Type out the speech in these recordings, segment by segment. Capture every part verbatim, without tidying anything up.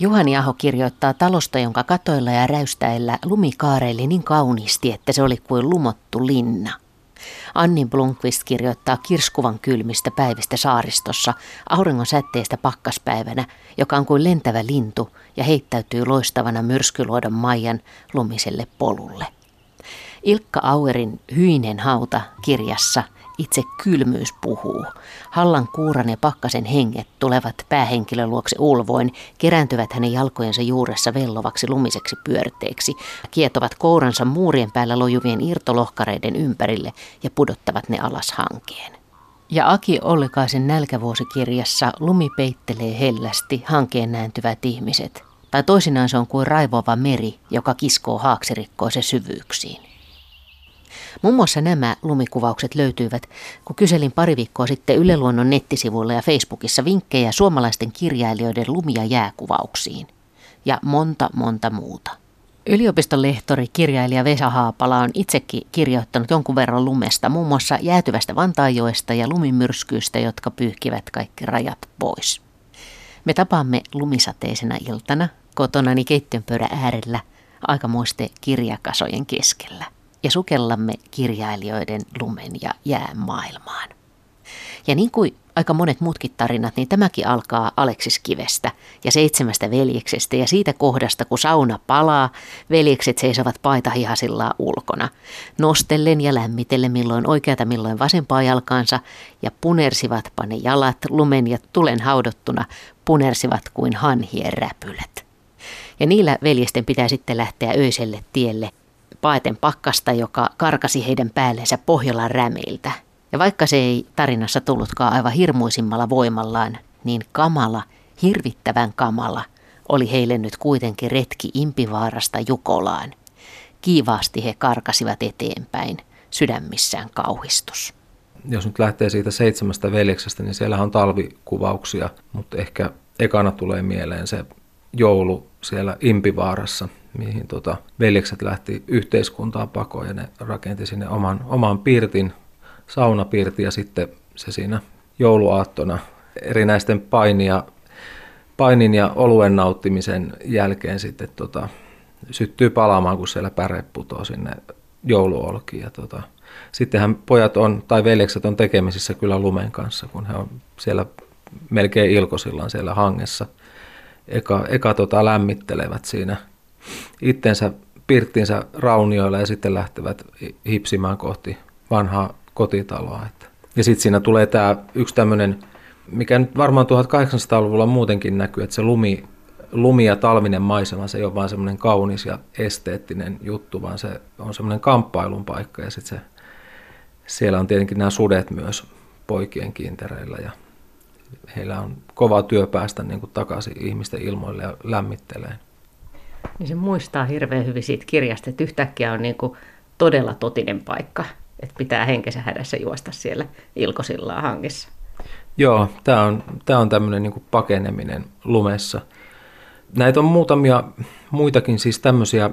Juhani Aho kirjoittaa talosta, jonka katoilla ja räystäillä lumi kaareili niin kauniisti, että se oli kuin lumottu linna. Anni Blomqvist kirjoittaa kirskuvan kylmistä päivistä saaristossa, auringon säteestä pakkaspäivänä, joka on kuin lentävä lintu ja heittäytyy loistavana myrskyluodon Maijan lumiselle polulle. Ilkka Auerin Hyinen hauta -kirjassa itse kylmyys puhuu. Hallan kuuran ja pakkasen henget tulevat päähenkilön luokse ulvoin, kerääntyvät hänen jalkojensa juuressa vellovaksi lumiseksi pyörteeksi, kietovat kouransa muurien päällä lojuvien irtolohkareiden ympärille ja pudottavat ne alas hankeen. Ja Aki Ollikaisen Nälkävuosikirjassa lumi peittelee hellästi hankeen nääntyvät ihmiset. Tai toisinaan se on kuin raivova meri, joka kiskoo haaksirikkoisen syvyyksiin. Muun muassa nämä lumikuvaukset löytyivät, kun kyselin pari viikkoa sitten Yle Luonnon nettisivuilla ja Facebookissa vinkkejä suomalaisten kirjailijoiden lumi- ja jääkuvauksiin. Ja monta, monta muuta. Yliopiston lehtori, kirjailija Vesa Haapala on itsekin kirjoittanut jonkun verran lumesta, muun muassa jäätyvästä Vantaanjoesta ja lumimyrskyistä, jotka pyyhkivät kaikki rajat pois. Me tapaamme lumisateisena iltana kotonani keittiönpöydän äärellä aikamoisten kirjakasojen keskellä. Ja sukellamme kirjailijoiden lumen ja jään maailmaan. Ja niin kuin aika monet muutkin tarinat, niin tämäkin alkaa Aleksis Kivestä ja seitsemästä veljeksestä ja siitä kohdasta, kun sauna palaa, veljekset seisovat paitahihasillaan ulkona, nostellen ja lämmitellen milloin oikeata milloin vasempaa jalkaansa ja punersivatpa ne jalat lumen ja tulen haudottuna, punersivat kuin hanhien räpylät. Ja niillä veljesten pitää sitten lähteä öiselle tielle, paeten pakkasta, joka karkasi heidän päällensä Pohjolan rämeiltä. Ja vaikka se ei tarinassa tullutkaan aivan hirmuisimmalla voimallaan, niin kamala, hirvittävän kamala, oli heille nyt kuitenkin retki Impivaarasta Jukolaan. Kiivaasti he karkasivat eteenpäin, sydämissään kauhistus. Jos nyt lähtee siitä seitsemästä veljeksestä, niin siellä on talvikuvauksia, mutta ehkä ekana tulee mieleen se joulu siellä Impivaarassa, mihin tota, veljekset lähti yhteiskuntaa pakoon ja ne rakenti sinne oman, oman pirtin, saunapirtin ja sitten se siinä jouluaattona erinäisten painia, painin ja oluen nauttimisen jälkeen sitten tota, syttyy palaamaan, kun siellä päre putoo sinne jouluolkiin. Ja tota, sittenhän pojat on, tai veljekset on tekemisissä kyllä lumen kanssa, kun he on siellä melkein ilkosillaan siellä hangessa. Eka, eka tota, lämmittelevät siinä itsensä pirttinsä raunioilla ja sitten lähtevät hipsimään kohti vanhaa kotitaloa. Ja sitten siinä tulee tämä yksi tämmöinen, mikä nyt varmaan tuhatkahdeksansataaluvulla muutenkin näkyy, että se lumi, lumi ja talvinen maisema, se ei ole vaan semmoinen kaunis ja esteettinen juttu, vaan se on semmoinen kamppailun paikka ja sitten se, siellä on tietenkin nämä sudet myös poikien kiintereillä ja heillä on kova työ päästä niin kuin takaisin ihmisten ilmoille ja lämmitteleen. Niin se muistaa hirveän hyvin siitä kirjasta, että yhtäkkiä on niin kuin todella totinen paikka, että pitää henkensä hädässä juosta siellä ilkosillaan hangessa. Joo, tämä on, tämä on tämmöinen niin kuin pakeneminen lumessa. Näitä on muutamia muitakin siis tämmöisiä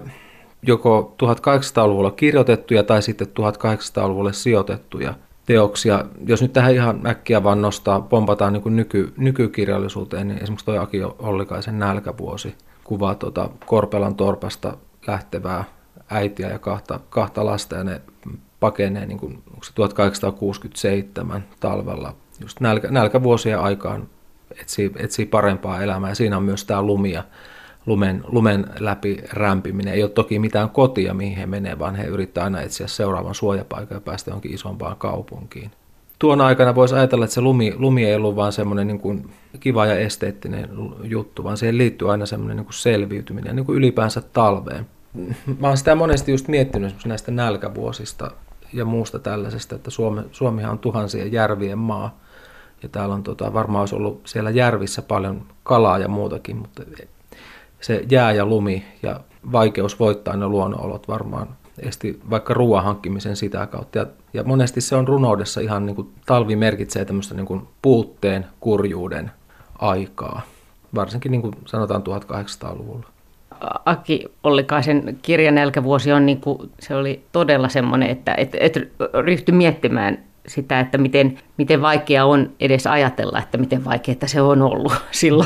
joko tuhatkahdeksansataaluvulla kirjoitettuja tai sitten tuhatkahdeksansataaluvulle sijoitettuja teoksia. Jos nyt tähän ihan äkkiä vaan nostaa, pompataan niin kuin nyky, nykykirjallisuuteen, niin esimerkiksi tuo Aki Ollikaisen Nälkävuosi kuvaa tuota Korpelan torpasta lähtevää äitiä ja kahta, kahta lasta, ja ne pakenee niin kuin, onko se tuhatkahdeksansataakuusikymmentäseitsemän talvella just nälkä, nälkävuosien aikaan etsii, etsii parempaa elämää. Ja siinä on myös tämä lumi ja lumen, lumen läpi rämpiminen. Ei ole toki mitään kotia, mihin he menee, vaan he yrittävät aina etsiä seuraavan suojapaikan ja päästä johonkin isompaan kaupunkiin. Tuona aikana voisi ajatella, että se lumi, lumi ei ollut vaan semmoinen niin kuin kiva ja esteettinen juttu, vaan siihen liittyy aina semmoinen niin kuin selviytyminen, niin kuin ylipäänsä talveen. Mä oon sitä monesti just miettinyt näistä nälkävuosista ja muusta tällaisesta, että Suomi, Suomihan on tuhansien järvien maa. Ja täällä on tota, varmaan olisi ollut siellä järvissä paljon kalaa ja muutakin, mutta se jää ja lumi ja vaikeus voittaa ne luonnonolot varmaan esti vaikka ruoan hankkimisen sitä kautta. Ja, ja monesti se on runoudessa ihan niin kuin talvi merkitsee tämmöistä niin kuin puutteen, kurjuuden aikaa, varsinkin niin kuin sanotaan tuhatkahdeksansataaluvulla. Aki Ollikaisen kirja Nälkävuosi on niin kuin, se oli todella semmoinen, että et, et ryhtyi miettimään sitä, että miten, miten vaikea on edes ajatella, että miten vaikeaa se on ollut silloin.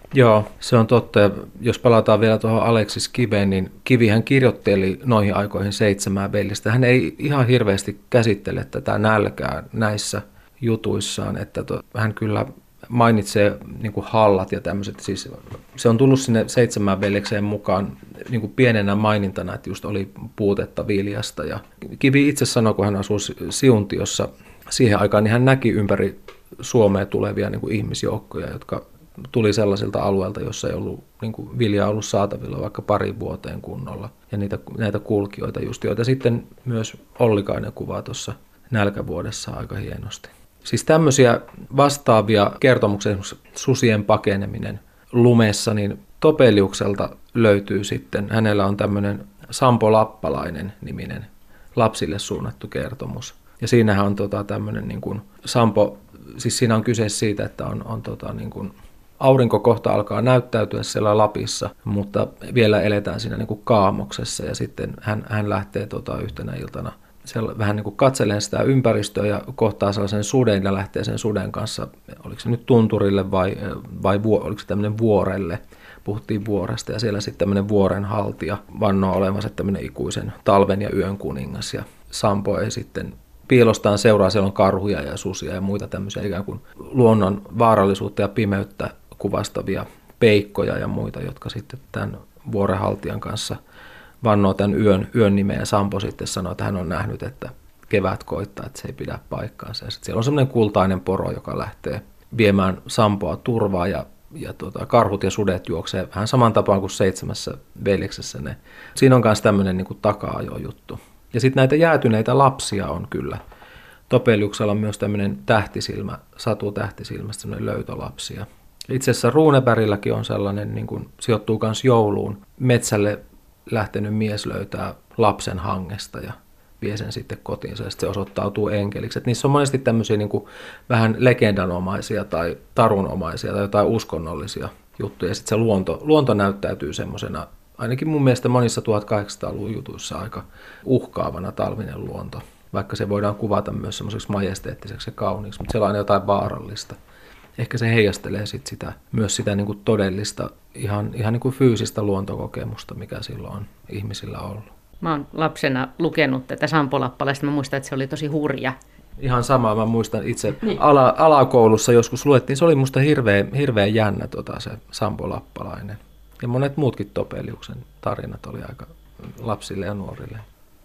Joo, se on totta. Ja jos palataan vielä tuohon Aleksis Kiveen, niin Kivihän kirjoitteli noihin aikoihin Seitsemää veljestä. Hän ei ihan hirveästi käsittele tätä nälkää näissä jutuissaan, että to, hän kyllä mainitsee niin kuin hallat ja tämmöiset. Siis se on tullut sinne Seitsemään veljekseen mukaan niin kuin pienenä mainintana, että just oli puutetta viljasta. Ja Kivi itse sanoi, kun hän asui Siuntiossa siihen aikaan, niin hän näki ympäri Suomea tulevia niin kuin ihmisjoukkoja, jotka tuli sellaisilta alueilta, jossa ei ollut niin kuin viljaa ollut saatavilla vaikka pari vuoteen kunnolla. Ja niitä, näitä kulkijoita just, joita sitten myös Ollikainen kuvaa tuossa Nälkävuodessa aika hienosti. Siis tämmöisiä vastaavia kertomuksia, susien pakeneminen lumessa, niin Topeliukselta löytyy sitten, hänellä on tämmöinen Sampo Lappalainen niminen lapsille suunnattu kertomus. Ja siinähän on tota tämmöinen niin kuin Sampo, siis siinä on kyse siitä, että on, on tota niin kuin aurinko kohta alkaa näyttäytyä siellä Lapissa, mutta vielä eletään siinä niin kuin kaamoksessa ja sitten hän, hän lähtee tota yhtenä iltana siellä vähän niin kuin katselemaan sitä ympäristöä ja kohtaa sellaisen suden ja lähtee sen suden kanssa, oliko se nyt tunturille vai, vai vuo, oliko se tämmöinen vuorelle, puhuttiin vuoresta ja siellä sitten tämmöinen vuorenhaltija vannoo olevansa tämmöinen ikuisen talven ja yön kuningas ja Sampo ei sitten piilostaan seuraa, siellä on karhuja ja susia ja muita tämmöisiä ikään kuin luonnon vaarallisuutta ja pimeyttä kuvastavia peikkoja ja muita, jotka sitten tämän vuorenhaltijan kanssa vannoo tämän yön, yön nimeä ja Sampo sitten sanoo, että hän on nähnyt, että kevät koittaa, että se ei pidä paikkaansa. Ja sitten siellä on semmoinen kultainen poro, joka lähtee viemään Sampoa turvaa ja, ja tuota, karhut ja sudet juoksee vähän saman tapaan kuin Seitsemässä veljeksessä. Ne. Siinä on myös tämmöinen niin kuin taka-ajo-juttu. Ja sitten näitä jäätyneitä lapsia on kyllä. Topeliuksella on myös tämmöinen tähtisilmä, Satu Tähtisilmästä, semmoinen löytölapsia. Itse asiassa Runebergilläkin on sellainen, niin kuin sijoittuu myös jouluun. Metsälle lähtenyt mies löytää lapsen hangesta ja vie sen sitten kotiinsa ja sitten se osoittautuu enkeliksi. Et niissä on monesti tämmöisiä niin kuin vähän legendanomaisia tai tarunomaisia tai jotain uskonnollisia juttuja. Ja sitten se luonto, luonto näyttäytyy semmoisena, ainakin mun mielestä monissa tuhatkahdeksansataaluvun jutuissa aika uhkaavana talvinen luonto. Vaikka se voidaan kuvata myös semmoiseksi majesteettiseksi ja kauniiksi, mutta siellä on aina jotain vaarallista. Ehkä se heijastelee sit sitä, myös sitä niin kuin todellista, ihan, ihan niin kuin fyysistä luontokokemusta, mikä silloin on ihmisillä ollut. Mä oon lapsena lukenut tätä Sampo Lappalaista. Mä muistan, että se oli tosi hurja. Ihan samaa. Mä muistan itse ala, alakoulussa joskus luettiin. Se oli musta hirveän, hirveän jännä tota, se Sampo Lappalainen. Ja monet muutkin Topeliuksen tarinat oli aika lapsille ja nuorille.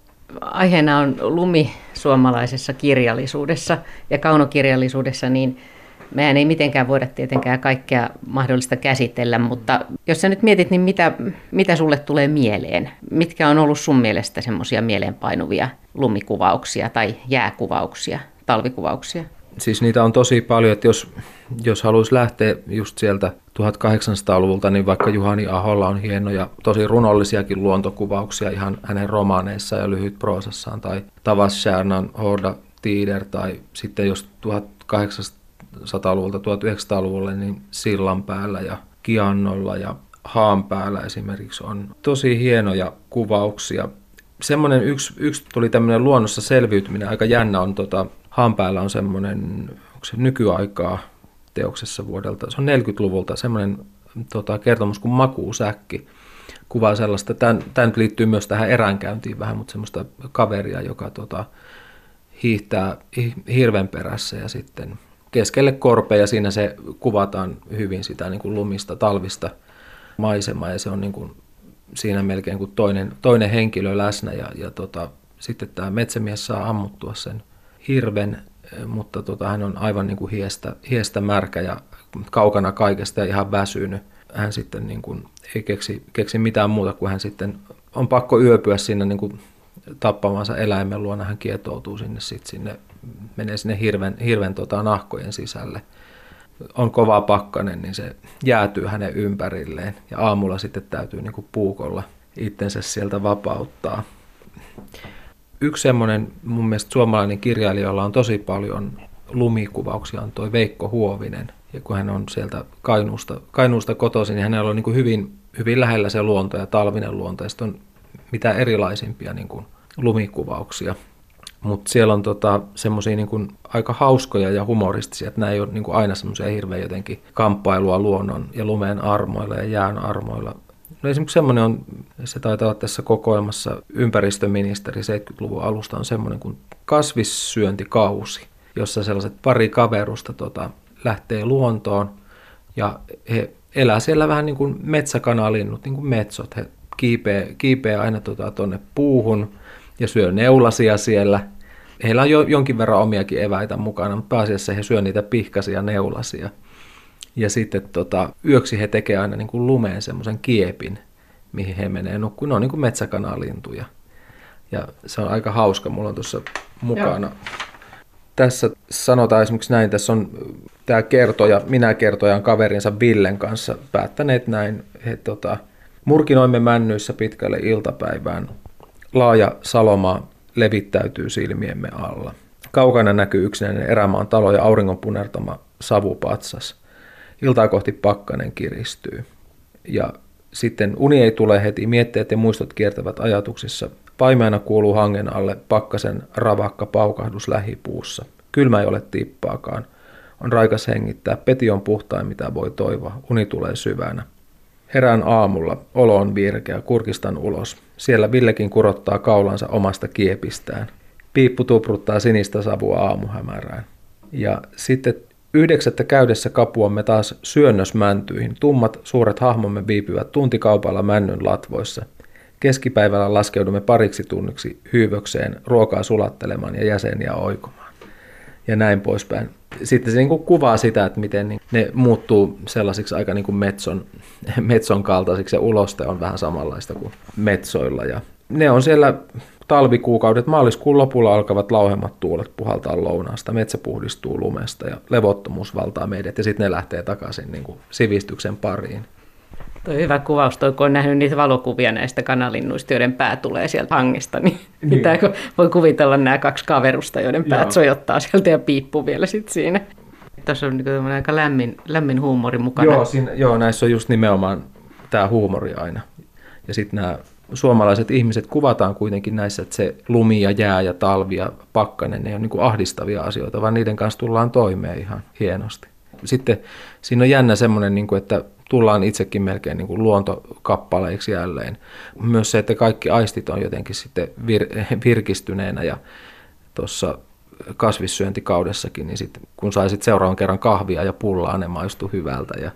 Aiheena on lumi suomalaisessa kirjallisuudessa ja kaunokirjallisuudessa, niin mehän ei mitenkään voida tietenkään kaikkea mahdollista käsitellä, mutta jos sä nyt mietit, niin mitä, mitä sulle tulee mieleen? Mitkä on ollut sun mielestä semmoisia mieleenpainuvia lumikuvauksia tai jääkuvauksia, talvikuvauksia? Siis niitä on tosi paljon, että jos, jos haluaisi lähteä just sieltä tuhatkahdeksansataaluvulta, niin vaikka Juhani Aholla on hienoja, tosi runollisiakin luontokuvauksia ihan hänen romaaneissaan ja lyhytproosassaan, tai Tavas Stjärnan Horda Tider, tai sitten jos tuhatkahdeksansataaluvulta tuhatyhdeksänsataaluvulle, niin Sillan päällä ja Kiannolla ja Haan päällä esimerkiksi on tosi hienoja kuvauksia. Semmoinen yksi, yksi tuli tämmöinen luonnossa selviytyminen, aika jännä on, tota, Haan päällä on semmoinen, onko se nykyaikaa teoksessa vuodelta, se on neljäkymmentäluvulta, semmoinen tota, kertomus kuin Makuusäkki. Kuvaa sellaista, tämä nyt liittyy myös tähän eränkäyntiin vähän, mutta semmoista kaveria, joka tota, hiihtää hirven perässä ja sitten keskelle korpea ja siinä se kuvataan hyvin sitä niin kuin lumista, talvista maisemaa ja se on niin kuin siinä melkein kuin toinen, toinen henkilö läsnä ja, ja tota, sitten tämä metsämies saa ammuttua sen hirven, mutta tota, hän on aivan niin kuin hiestä, hiestä märkä ja kaukana kaikesta ja ihan väsynyt. Hän sitten niin kuin ei keksi, keksi mitään muuta kuin hän sitten on pakko yöpyä sinne niin kuin tappamansa eläimen luona. Hän kietoutuu sinne, sit sinne menee sinne hirven, hirven tota, nahkojen sisälle. On kova pakkanen, niin se jäätyy hänen ympärilleen ja aamulla sitten täytyy niin kuin puukolla itsensä sieltä vapauttaa. Yksi semmoinen mun mielestä suomalainen kirjailija, jolla on tosi paljon lumikuvauksia, on toi Veikko Huovinen. Ja kun hän on sieltä Kainuusta, Kainuusta kotoisin, niin hänellä on niin kuin hyvin, hyvin lähellä se luonto ja talvinen luonto. Ja sitten on mitä erilaisimpia niin kuin lumikuvauksia. Mutta siellä on tota, semmoisia niin aika hauskoja ja humoristisia, että nämä ei ole niin kuin aina semmoisia hirveän jotenkin kamppailua luonnon ja lumeen armoilla ja jään armoilla. No esimerkiksi semmoinen on, se taitaa olla tässä kokoelmassa ympäristöministeri seitsemänkymmentäluvun alusta on semmoinen kuin kasvissyöntikausi, jossa sellaiset pari kaverusta tota, lähtee luontoon ja he elää siellä vähän niin kuin metsäkanalinnut, niin kuin metsot. He kiipeää, kiipeää aina tuonne tota, puuhun ja syö neulasia siellä. Heillä on jo jonkin verran omiakin eväitä mukana, mutta pääasiassa he syö niitä pihkaisia neulasia. Ja sitten tota, yöksi he tekevät aina niin kuin lumeen semmoisen kiepin, mihin he menee nukkumaan. Ne on niin kuin metsäkanalintuja. Ja se on aika hauska. Mulla on tuossa mukana. Joo. Tässä sanotaan esimerkiksi näin, tässä on tämä kertoja, minä kertojan kaverinsa Villen kanssa päättäneet näin. He tota, murkinoimme männyissä pitkälle iltapäivään. Laaja salomaa levittäytyy silmiemme alla. Kaukana näkyy yksinäinen erämaan talo ja auringon punertama savupatsas. Iltaa kohti pakkanen kiristyy. Ja sitten uni ei tule heti, mietteet ja muistot kiertävät ajatuksissa. Paimeana kuuluu hangen alle pakkasen ravakka paukahdus lähipuussa. Kylmä ei ole tippaakaan. On raikas hengittää. Peti on puhtain, mitä voi toivoa. Uni tulee syvänä. Herään aamulla. Olo on virkeä. Kurkistan ulos. Siellä Villekin kurottaa kaulansa omasta kiepistään. Piippu tupruttaa sinistä savua aamuhämärään. Ja sitten yhdeksättä käydessä kapuamme taas syönnösmäntyihin. Tummat, suuret hahmomme viipyvät tuntikaupalla männyn latvoissa. Keskipäivällä laskeudumme pariksi tunniksi hyyvökseen, ruokaa sulattelemaan ja jäseniä oikomaan. Ja näin poispäin. Sitten se niin kuin kuvaa sitä, että miten ne muuttuu sellaisiksi aika niin kuin metson, metson kaltaisiksi, ja uloste on vähän samanlaista kuin metsoilla. Ja ne on siellä talvikuukaudet, maaliskuun lopulla alkavat lauhemmat tuulet puhaltaa lounaasta, metsä puhdistuu lumesta ja levottomuus valtaa meidät, ja sitten ne lähtee takaisin niin kuin sivistyksen pariin. Tuo hyvä kuvaus, toi, kun on nähnyt niitä valokuvia näistä kanalinnuista, joiden pää tulee sieltä hangesta, niin, niin. Mitä, voi kuvitella nämä kaksi kaverusta, joiden päät Joo. sojottaa sieltä ja piippuu vielä sitten siinä. Tuossa on niin aika lämmin, lämmin huumori mukana. Joo, siinä, joo, näissä on just nimenomaan tämä huumori aina. Ja sitten nämä suomalaiset ihmiset kuvataan kuitenkin näissä, että se lumi ja jää ja talvi ja pakkanen, ne ei ole niin kuin ahdistavia asioita, vaan niiden kanssa tullaan toimeen ihan hienosti. Sitten siinä on jännä semmoinen, että tullaan itsekin melkein niin kuin luontokappaleiksi jälleen. Myös se, että kaikki aistit on jotenkin sitten vir- virkistyneenä ja tuossa kasvissyöntikaudessakin, niin sitten kun saisit seuraavan kerran kahvia ja pullaa, ne maistuu hyvältä. Ja...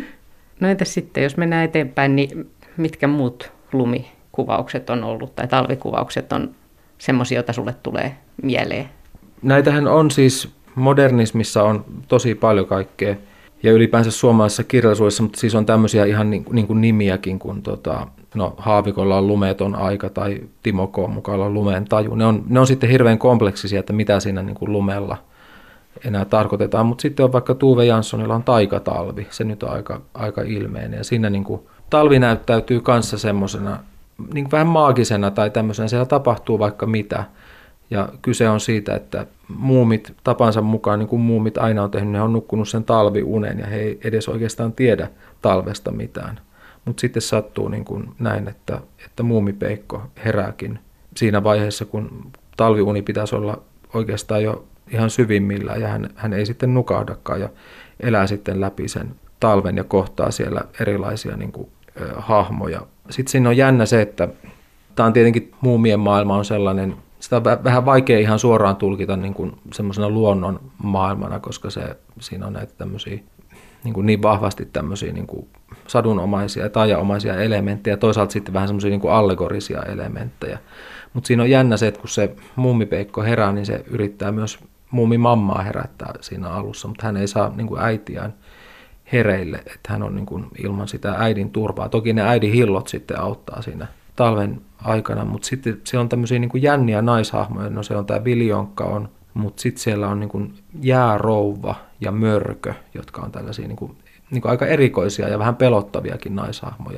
No entäs sitten, jos mennään eteenpäin, niin mitkä muut lumikuvaukset on ollut tai talvikuvaukset on semmoisia, joita sulle tulee mieleen? Näitähän on siis, modernismissa on tosi paljon kaikkea. Ja ylipäänsä suomalaisessa kirjallisuudessa, mutta siis on tämmöisiä ihan niin, niin kuin nimiäkin, kun tota, no, Haavikolla on lumeton aika tai Timo K. Mukalla on lumeen taju. Ne on, ne on sitten hirveän kompleksisia, että mitä siinä niin kuin lumella enää tarkoitetaan. Mutta sitten on vaikka Tuve Janssonilla on taikatalvi, se nyt on aika, aika ilmeinen. Ja siinä niin kuin, talvi näyttäytyy kanssa semmoisena niin vähän maagisena tai tämmöisenä, siellä tapahtuu vaikka mitä. Ja kyse on siitä, että muumit tapansa mukaan, niin kuin muumit aina on tehnyt, ne on nukkunut sen talviunen ja he ei edes oikeastaan tiedä talvesta mitään. Mutta sitten sattuu niin kuin näin, että, että muumipeikko herääkin siinä vaiheessa, kun talviuni pitäisi olla oikeastaan jo ihan syvimmillään ja hän, hän ei sitten nukahdakaan ja elää sitten läpi sen talven ja kohtaa siellä erilaisia niin kuin, äh, hahmoja. Sitten siinä on jännä se, että tämä on tietenkin muumien maailma on sellainen, sitä on vähän vaikea ihan suoraan tulkita niin kuin semmoisena luonnon maailmana, koska se, siinä on näitä tämmöisiä niin, kuin niin vahvasti tämmöisiä niin kuin sadunomaisia ja taianomaisia elementtejä, toisaalta sitten vähän semmoisia niin kuin allegorisia elementtejä. Mutta siinä on jännä se, että kun se muumipeikko herää, niin se yrittää myös muumimammaa herättää siinä alussa, mutta hän ei saa niin kuin äitiään hereille, että hän on niin kuin ilman sitä äidin turvaa. Toki ne äidin hillot sitten auttaa siinä talven aikana, mutta sitten siellä on tämmöisiä niin kuin jänniä naishahmoja, no se on tämä Viljonkka on, mutta sitten siellä on niin kuin jäärouva ja mörkö, jotka on tällaisia niin kuin, niin kuin aika erikoisia ja vähän pelottaviakin naishahmoja.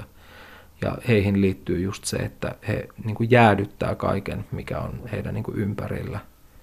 Ja heihin liittyy just se, että he niin kuin jäädyttää kaiken, mikä on heidän niin kuin ympärillä.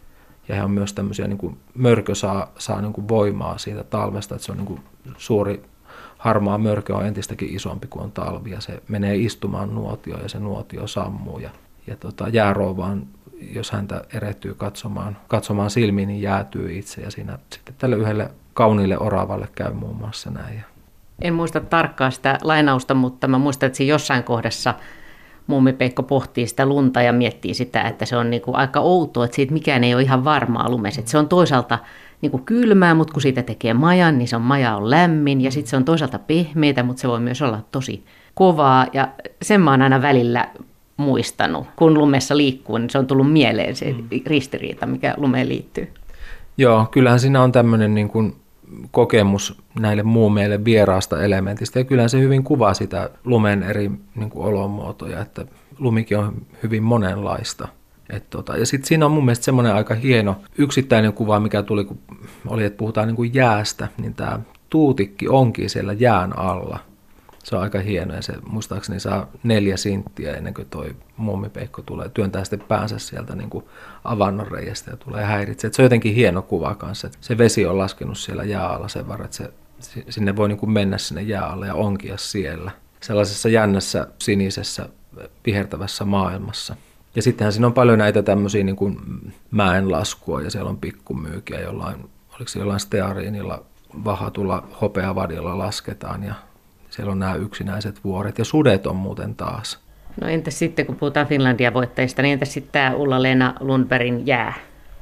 Ja he on myös tämmöisiä, niin kuin mörkö saa, saa niin kuin voimaa siitä talvesta, että se on niin kuin suuri harmaa mörkö on entistäkin isompi kuin on talvi ja se menee istumaan nuotioon ja se nuotio sammuu. Ja, ja tota, jäärouvaan, jos häntä erehtyy katsomaan, katsomaan silmiin, niin jäätyy itse. Ja siinä sitten tälle yhdelle kauniille oravalle käy muun muassa näin. En muista tarkkaan sitä lainausta, mutta mä muistan, että siinä jossain kohdassa Mummi-Peikko pohtii sitä lunta ja miettii sitä, että se on niin kuin aika outoa, että siitä mikään ei ole ihan varmaa lumessa. Että se on toisaalta niin kuin kylmää, mutta kun siitä tekee majan, niin se on, maja on lämmin ja sitten se on toisaalta pehmeitä, mutta se voi myös olla tosi kovaa. Ja sen mä oon aina välillä muistanut, kun lumessa liikkuu, niin se on tullut mieleen se ristiriita, mikä lumeen liittyy. Joo, kyllähän siinä on tämmöinen niin kuin kokemus näille muumeille vieraasta elementistä, ja kyllähän se hyvin kuvaa sitä lumen eri niin kuin olomuotoja, että lumikin on hyvin monenlaista. Et tota, ja sitten siinä on mun mielestä semmoinen aika hieno yksittäinen kuva, mikä tuli, kun oli, että puhutaan niin kuin jäästä, niin tämä tuutikki onkin siellä jään alla. Se on aika hieno, ja se muistaakseni saa neljä sinttiä ennen kuin toi Mummi-Peikko tulee, työntää sitten päänsä sieltä niin kuin avannonreiästä ja tulee häiritse. Et se on jotenkin hieno kuva kanssa, että se vesi on laskenut siellä jääalla sen varren, että se, sinne voi niin kuin mennä sinne jääalle ja onkia siellä. Sellaisessa jännässä, sinisessä, vihertävässä maailmassa. Ja sittenhän siinä on paljon näitä tämmöisiä niin kuin mäenlaskua, ja siellä on pikkumyykiä jollain, oliko se jollain steariinilla, vahatulla hopeavadilla lasketaan, ja siellä on nämä yksinäiset vuoret, ja sudet on muuten taas. No entäs sitten, kun puhutaan Finlandia-voittajista, niin entäs sitten tämä Ulla-Leena Lundbergin jää?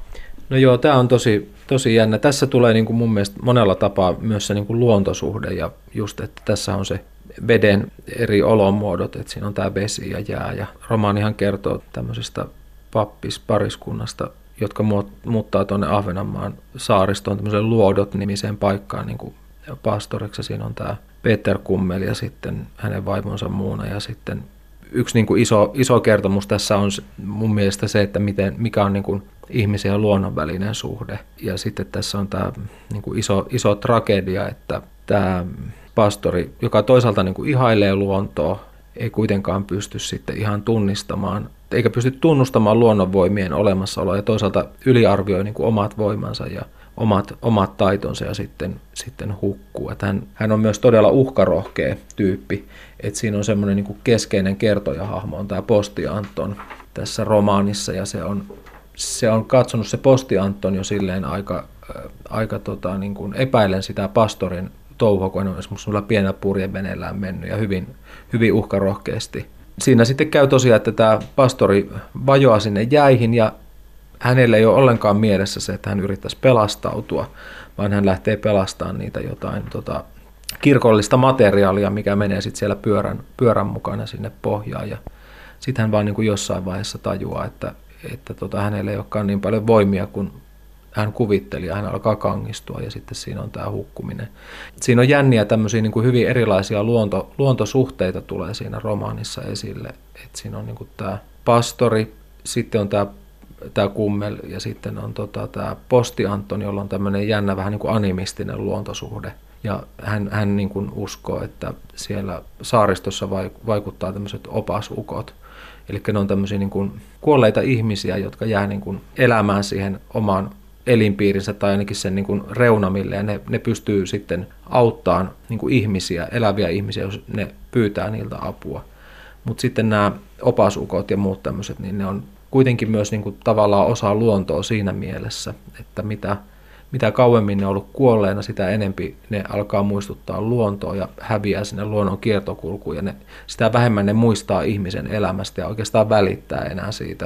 No joo, tämä on tosi, tosi jännä. Tässä tulee niin kuin mun mielestä monella tapaa myös se niin kuin luontosuhde, ja just, että tässä on se veden eri olomuodot, että siinä on tämä vesi ja jää, ja romaanihan kertoo tämmöisestä pappispariskunnasta, jotka muuttaa tuonne Ahvenanmaan saaristoon tämmöiseen Luodot-nimiseen paikkaan niin kuin pastoriksi. Siinä on tämä Peter Kummel ja sitten hänen vaimonsa Muuna. Ja sitten yksi niin kuin iso, iso kertomus tässä on mun mielestä se, että miten, mikä on niin kuin ihmisen ja luonnon välinen suhde. Ja sitten tässä on tämä niin kuin iso, iso tragedia, että tämä pastori, joka toisaalta niin kuin ihailee luontoa, ei kuitenkaan pysty sitten ihan tunnistamaan, eikä pysty tunnustamaan luonnonvoimien olemassaoloa, ja toisaalta yliarvioi niin kuin omat voimansa ja omat, omat taitonsa ja sitten, sitten hukkuu. Että hän, hän on myös todella uhkarohkea tyyppi, että siinä on semmoinen niin kuin keskeinen kertojahahmo, on tämä Posti Anton tässä romaanissa, ja se on, se on katsonut se Posti Anton jo silleen aika, aika tota, niin kuin epäilen sitä pastorin touhua, kun hän on esimerkiksi pienellä purjeveneellään mennyt ja hyvin, hyvin uhkarohkeasti. Siinä sitten käy tosiaan, että tämä pastori vajoaa sinne jäihin, ja hänellä ei ole ollenkaan mielessä se, että hän yrittäisi pelastautua, vaan hän lähtee pelastamaan niitä jotain tota, kirkollista materiaalia, mikä menee sitten siellä pyörän, pyörän mukana sinne pohjaan. Ja sitten hän vaan niin kuin jossain vaiheessa tajuaa, että, että tota, hänellä ei olekaan niin paljon voimia kuin hän kuvitteli, ja hän alkaa kangistua, ja sitten siinä on tämä hukkuminen. Siinä on jänniä tämmöisiä niin kuin hyvin erilaisia luonto, luontosuhteita tulee siinä romaanissa esille. Et siinä on niin kuin tämä pastori, sitten on tämä tämä Kummel, ja sitten on tota, tämä Posti Anton, jolla on tämmöinen jännä vähän niin kuin animistinen luontosuhde. Ja hän, hän niin kuin uskoo, että siellä saaristossa vaikuttaa tämmöiset opasukot. Eli ne on tämmöisiä niin kuin kuolleita ihmisiä, jotka jää niin kuin elämään siihen omaan elinpiirinsä tai ainakin sen niin kuin reunamille, ja ne, ne pystyy sitten auttamaan niin kuin ihmisiä, eläviä ihmisiä, jos ne pyytää niiltä apua. Mutta sitten nämä opasukot ja muut tämmöiset, niin ne on kuitenkin myös niin kuin tavallaan osa luontoa siinä mielessä, että mitä, mitä kauemmin ne on ollut kuolleena, sitä enempi ne alkaa muistuttaa luontoa ja häviää sinne luonnon kiertokulkuun, ja ne, sitä vähemmän ne muistaa ihmisen elämästä ja oikeastaan välittää enää siitä.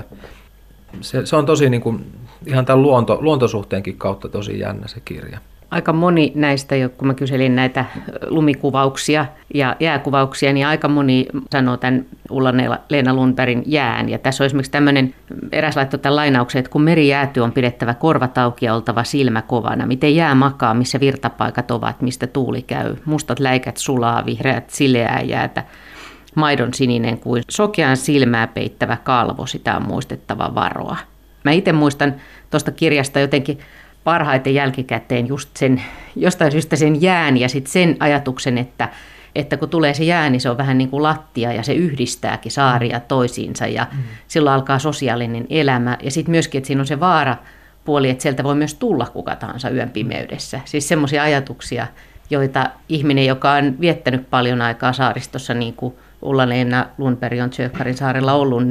Se, se on tosi niin kuin, ihan tämän luonto, luontosuhteenkin kautta tosi jännä se kirja. Aika moni näistä, kun mä kyselin näitä lumikuvauksia ja jääkuvauksia, niin aika moni sanoo tämän Ulla-Leena Lundbergin jään. Ja tässä on esimerkiksi tämmöinen, eräs laittoi tämän lainauksen, että kun meri jäätyy, on pidettävä korvat auki ja oltava silmä kovana. Miten jää makaa, missä virtapaikat ovat, mistä tuuli käy. Mustat läikät sulaa, vihreät sileää jäätä. Maidon sininen kuin sokean silmää peittävä kalvo, sitä on muistettava varoa. Mä itse muistan tuosta kirjasta jotenkin parhaiten jälkikäteen just sen, jostain syystä sen jään ja sitten sen ajatuksen, että, että kun tulee se jää, niin se on vähän niin kuin lattia ja se yhdistääkin saaria toisiinsa ja mm. silloin alkaa sosiaalinen elämä. Ja sitten myöskin, että siinä on se vaarapuoli, että sieltä voi myös tulla kuka tahansa yön pimeydessä. Siis semmoisia ajatuksia, joita ihminen, joka on viettänyt paljon aikaa saaristossa, niin kuin Ulla-Leena Lundberg on Tjökkarin saarella ollut, niin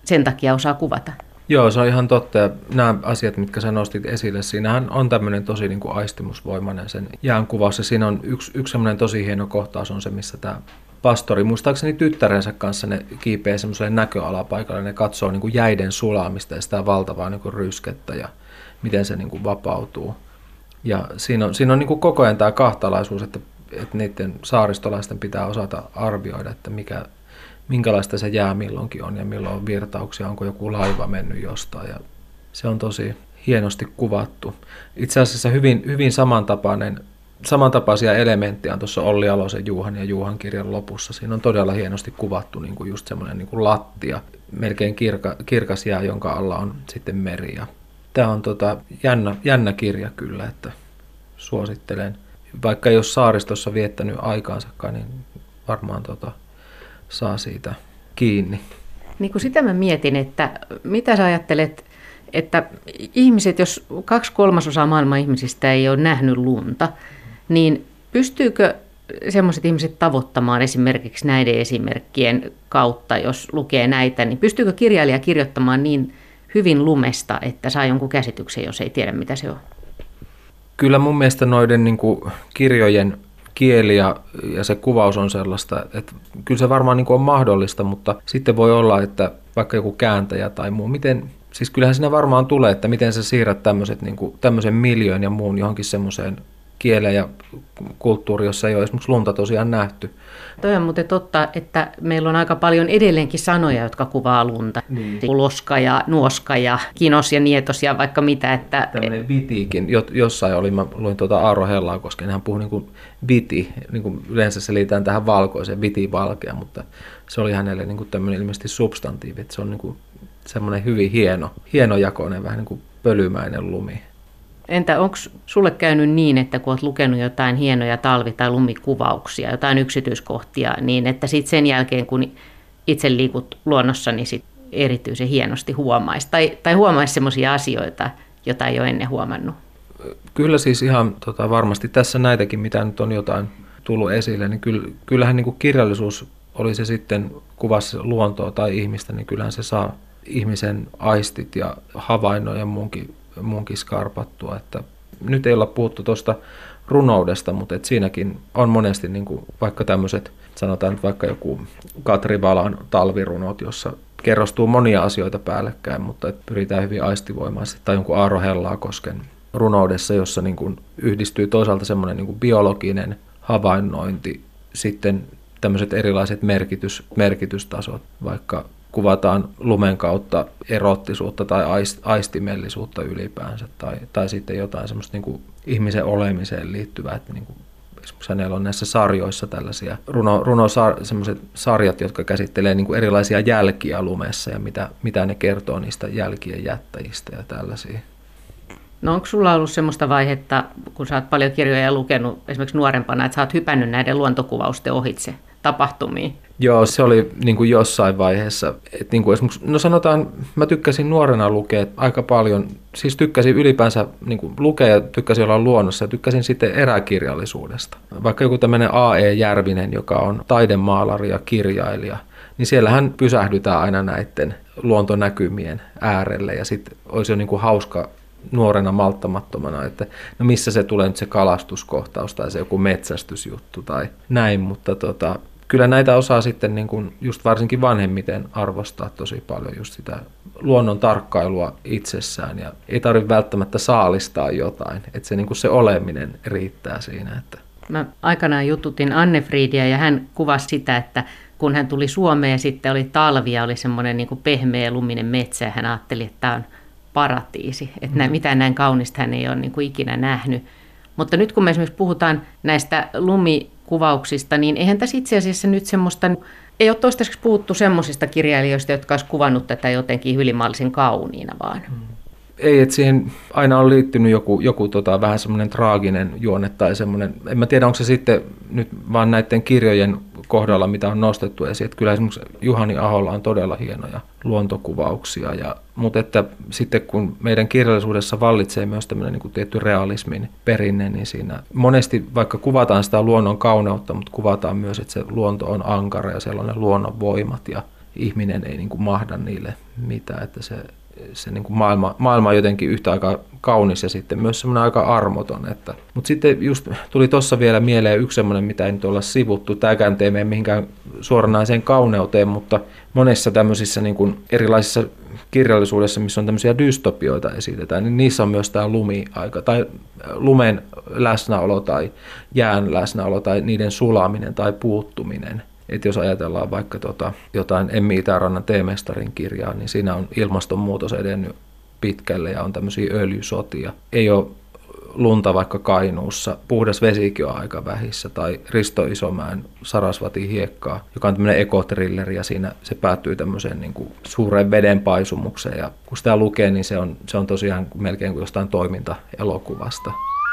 sen takia osaa kuvata. Joo, se on ihan totta. Ja nämä asiat, mitkä sä nostit esille, siinähän on tämmöinen tosi niin kuin aistimusvoimainen sen jään kuvaus. Ja siinä on yksi, yksi semmoinen tosi hieno kohtaus on se, missä tämä pastori, muistaakseni tyttärensä kanssa ne kiipeää semmoiselle näköalapaikalle. Ne katsoo niin kuin jäiden sulamista ja sitä valtavaa niin kuin ryskettä ja miten se niin kuin vapautuu. Ja siinä on, siinä on niin kuin koko ajan tämä kahtalaisuus, että, että niiden saaristolaisten pitää osata arvioida, että mikä, minkälaista se jää milloinkin on ja milloin on virtauksia, onko joku laiva mennyt jostain. Ja se on tosi hienosti kuvattu. Itse asiassa hyvin, hyvin samantapainen, samantapaisia elementtejä on tuossa Olli Alosen Juuhan ja Juuhan kirjan lopussa. Siinä on todella hienosti kuvattu niin kuin just semmoinen niin kuin lattia, melkein kirka, kirkas jää, jonka alla on sitten meri. Ja tämä on tota jännä, jännä kirja kyllä, että suosittelen. Vaikka ei ole saaristossa viettänyt aikaansakaan, niin varmaan tota, saa siitä kiinni. Niin kuin sitä mä mietin, että mitä sä ajattelet, että ihmiset, jos kaksi kolmasosaa maailman ihmisistä ei ole nähnyt lunta, niin pystyykö semmoiset ihmiset tavoittamaan esimerkiksi näiden esimerkkien kautta, jos lukee näitä, niin pystyykö kirjailija kirjoittamaan niin hyvin lumesta, että saa jonkun käsityksen, jos ei tiedä, mitä se on? Kyllä mun mielestä noiden niin kuin kirjojen kieli ja, ja se kuvaus on sellaista, että kyllä se varmaan niin kuin on mahdollista, mutta sitten voi olla, että vaikka joku kääntäjä tai muu, miten, siis kyllähän siinä varmaan tulee, että miten sä siirrät tämmöiset, niin kuin, tämmöisen miljöön ja muun johonkin semmoiseen kieleen ja kulttuuri, jossa ei ole esimerkiksi lunta tosiaan nähty. Toi on muuten totta, että meillä on aika paljon edelleenkin sanoja, jotka kuvaa lunta. Niin. Loska ja nuoska ja kinos ja nietos ja vaikka mitä. Että tämmöinen vitiikin. Jossain oli, mä luin tuota Aaro Hellakosken, hän puhui niin kuin viti, niin kuin yleensä se liitään tähän valkoiseen, viti valkea, mutta se oli hänelle niin kuin tämmöinen ilmeisesti substantiivi, että se on niin kuin semmoinen hyvin hieno, hienojakoinen, vähän niin kuin pölymäinen lumi. Entä onko sulle käynyt niin, että kun olet lukenut jotain hienoja talvi- tai lumikuvauksia, jotain yksityiskohtia, niin että sitten sen jälkeen, kun itse liikut luonnossa, niin sit erityisen hienosti huomaisi, tai, tai huomaisi semmoisia asioita, joita ei ole ennen huomannut? Kyllä siis ihan tota, varmasti tässä näitäkin, mitä nyt on jotain tullut esille, niin kyllähän niin kuin kirjallisuus, oli se sitten kuvassa luontoa tai ihmistä, niin kyllähän se saa ihmisen aistit ja havainnon ja muunkin munkin skarpattua, että nyt ei olla puhuttu tuosta runoudesta, mutta et siinäkin on monesti niin kuin vaikka tämmöiset, sanotaan nyt vaikka joku Katri Valan talvirunot, jossa kerrostuu monia asioita päällekkäin, mutta et pyritään hyvin aistivoimaisesti, tai jonkun Aaro Hellakosken runoudessa, jossa niin kuin yhdistyy toisaalta semmoinen niin kuin biologinen havainnointi, sitten tämmöiset erilaiset merkitys, merkitystasot, vaikka kuvataan lumen kautta erottisuutta tai aistimellisuutta ylipäänsä, tai, tai sitten jotain semmoista niin kuin ihmisen olemiseen liittyvää, että niin kuin esimerkiksi hänellä on näissä sarjoissa tällaisia runo, runo semmoiset sarjat, jotka käsittelee niin kuin erilaisia jälkiä lumessa ja mitä, mitä ne kertoo niistä jälkien jättäjistä ja tällaisia. No onko sulla ollut semmoista vaihetta, kun sä oot paljon kirjoja lukenut esimerkiksi nuorempana, että sä oot hypännyt näiden luontokuvausten ohitse tapahtumiin? Joo, se oli niin kuin jossain vaiheessa. Et niin kuin esimerkiksi, no sanotaan, mä tykkäsin nuorena lukea aika paljon, siis tykkäsin ylipäänsä niin kuin lukea ja tykkäsin olla luonnossa ja tykkäsin sitten eräkirjallisuudesta. Vaikka joku tämmöinen A E Järvinen, joka on taidemaalari ja kirjailija, niin siellähän pysähdytään aina näiden luontonäkymien äärelle ja sitten olisi jo niin kuin hauska nuorena malttamattomana, että no missä se tulee nyt se kalastuskohtaus tai se joku metsästysjuttu tai näin, mutta tota, kyllä näitä osaa sitten niin kuin just varsinkin vanhemmiten arvostaa tosi paljon just sitä luonnon tarkkailua itsessään ja ei tarvitse välttämättä saalistaa jotain, että se, niin kuin se oleminen riittää siinä. Että. Mä aikanaan jututin Anne-Friidia ja hän kuvasi sitä, että kun hän tuli Suomeen ja sitten oli talvi ja oli semmoinen niin kuin pehmeä luminen metsä ja hän ajatteli, että tämä on paratiisi, että mm. mitään näin kaunista hän ei ole niin kuin ikinä nähnyt. Mutta nyt kun me esimerkiksi puhutaan näistä lumikuvauksista, niin eihän tässä itse asiassa nyt semmoista, ei ole toistaiseksi puhuttu semmoisista kirjailijoista, jotka olisi kuvannut tätä jotenkin ylimaallisen kauniina vaan. Mm. Ei, että siihen aina on liittynyt joku, joku tota, vähän semmoinen traaginen juonne tai semmoinen, en mä tiedä onko se sitten nyt vaan näiden kirjojen kohdalla, mitä on nostettu esiin. Että kyllä esimerkiksi Juhani Aholla on todella hienoja luontokuvauksia, ja, mutta että sitten kun meidän kirjallisuudessa vallitsee myös tämmöinen niin kuin tietty realismin perinne, niin siinä monesti vaikka kuvataan sitä luonnon kauneutta, mutta kuvataan myös, että se luonto on ankara ja siellä on ne luonnon voimat ja, ihminen ei niin kuin mahda niille mitään, että se, se niin kuin maailma, maailma on jotenkin yhtä aikaa kaunis ja sitten myös semmoinen aika armoton. Että. Mutta sitten just tuli tuossa vielä mieleen yksi semmoinen, mitä ei nyt olla sivuttu, tämäkään ei mene mihinkään suoranaiseen kauneuteen, mutta monessa tämmöisissä niin kuin erilaisissa kirjallisuudessa, missä on tämmöisiä dystopioita esitetään, niin niissä on myös tämä lumiaika tai lumen läsnäolo tai jään läsnäolo tai niiden sulaminen tai puuttuminen. Että jos ajatellaan vaikka tota, jotain Emmi Itärannan T-mestarin kirjaa, niin siinä on ilmastonmuutos edennyt pitkälle ja on tämmöisiä öljysotia. Ei ole lunta vaikka Kainuussa, puhdas vesikin on aika vähissä, tai Risto Isomäen Sarasvatin hiekkaa, joka on tämmöinen ekotrilleri, ja siinä se päättyy tämmöiseen niin kuin suureen vedenpaisumukseen, ja kun sitä lukee, niin se on, se on tosiaan melkein kuin jostain toimintaelokuvasta.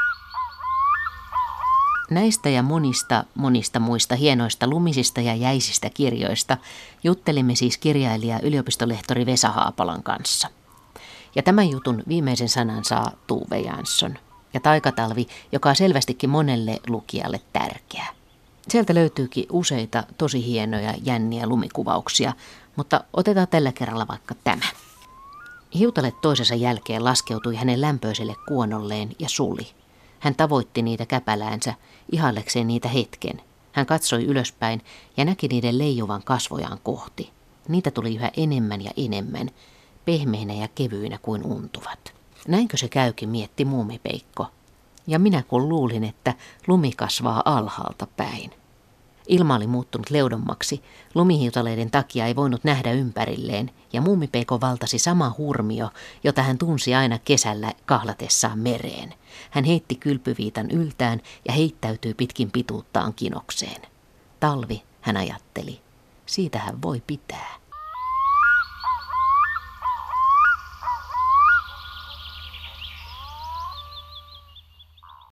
Näistä ja monista, monista muista hienoista lumisista ja jäisistä kirjoista juttelimme siis kirjailija yliopistolehtori Vesa Haapalan kanssa. Ja tämän jutun viimeisen sanan saa Tuve Jansson ja Taikatalvi, joka on selvästikin monelle lukijalle tärkeä. Sieltä löytyykin useita tosi hienoja jänniä lumikuvauksia, mutta otetaan tällä kerralla vaikka tämä. Hiutale toisensa jälkeen laskeutui hänen lämpöiselle kuonolleen ja suli. Hän tavoitti niitä käpäläänsä, ihallekseen niitä hetken. Hän katsoi ylöspäin ja näki niiden leijuvan kasvojaan kohti. Niitä tuli yhä enemmän ja enemmän, pehmeinä ja kevyinä kuin untuvat. Näinkö se käykin, mietti Muumipeikko. Ja minä kun luulin, että lumi kasvaa alhaalta päin. Ilma oli muuttunut leudommaksi, lumihiutaleiden takia ei voinut nähdä ympärilleen, ja Muumipeikko valtasi sama hurmio, jota hän tunsi aina kesällä kahlatessaan mereen. Hän heitti kylpyviitan yltään ja heittäytyi pitkin pituuttaan kinokseen. Talvi, hän ajatteli, siitä hän voi pitää.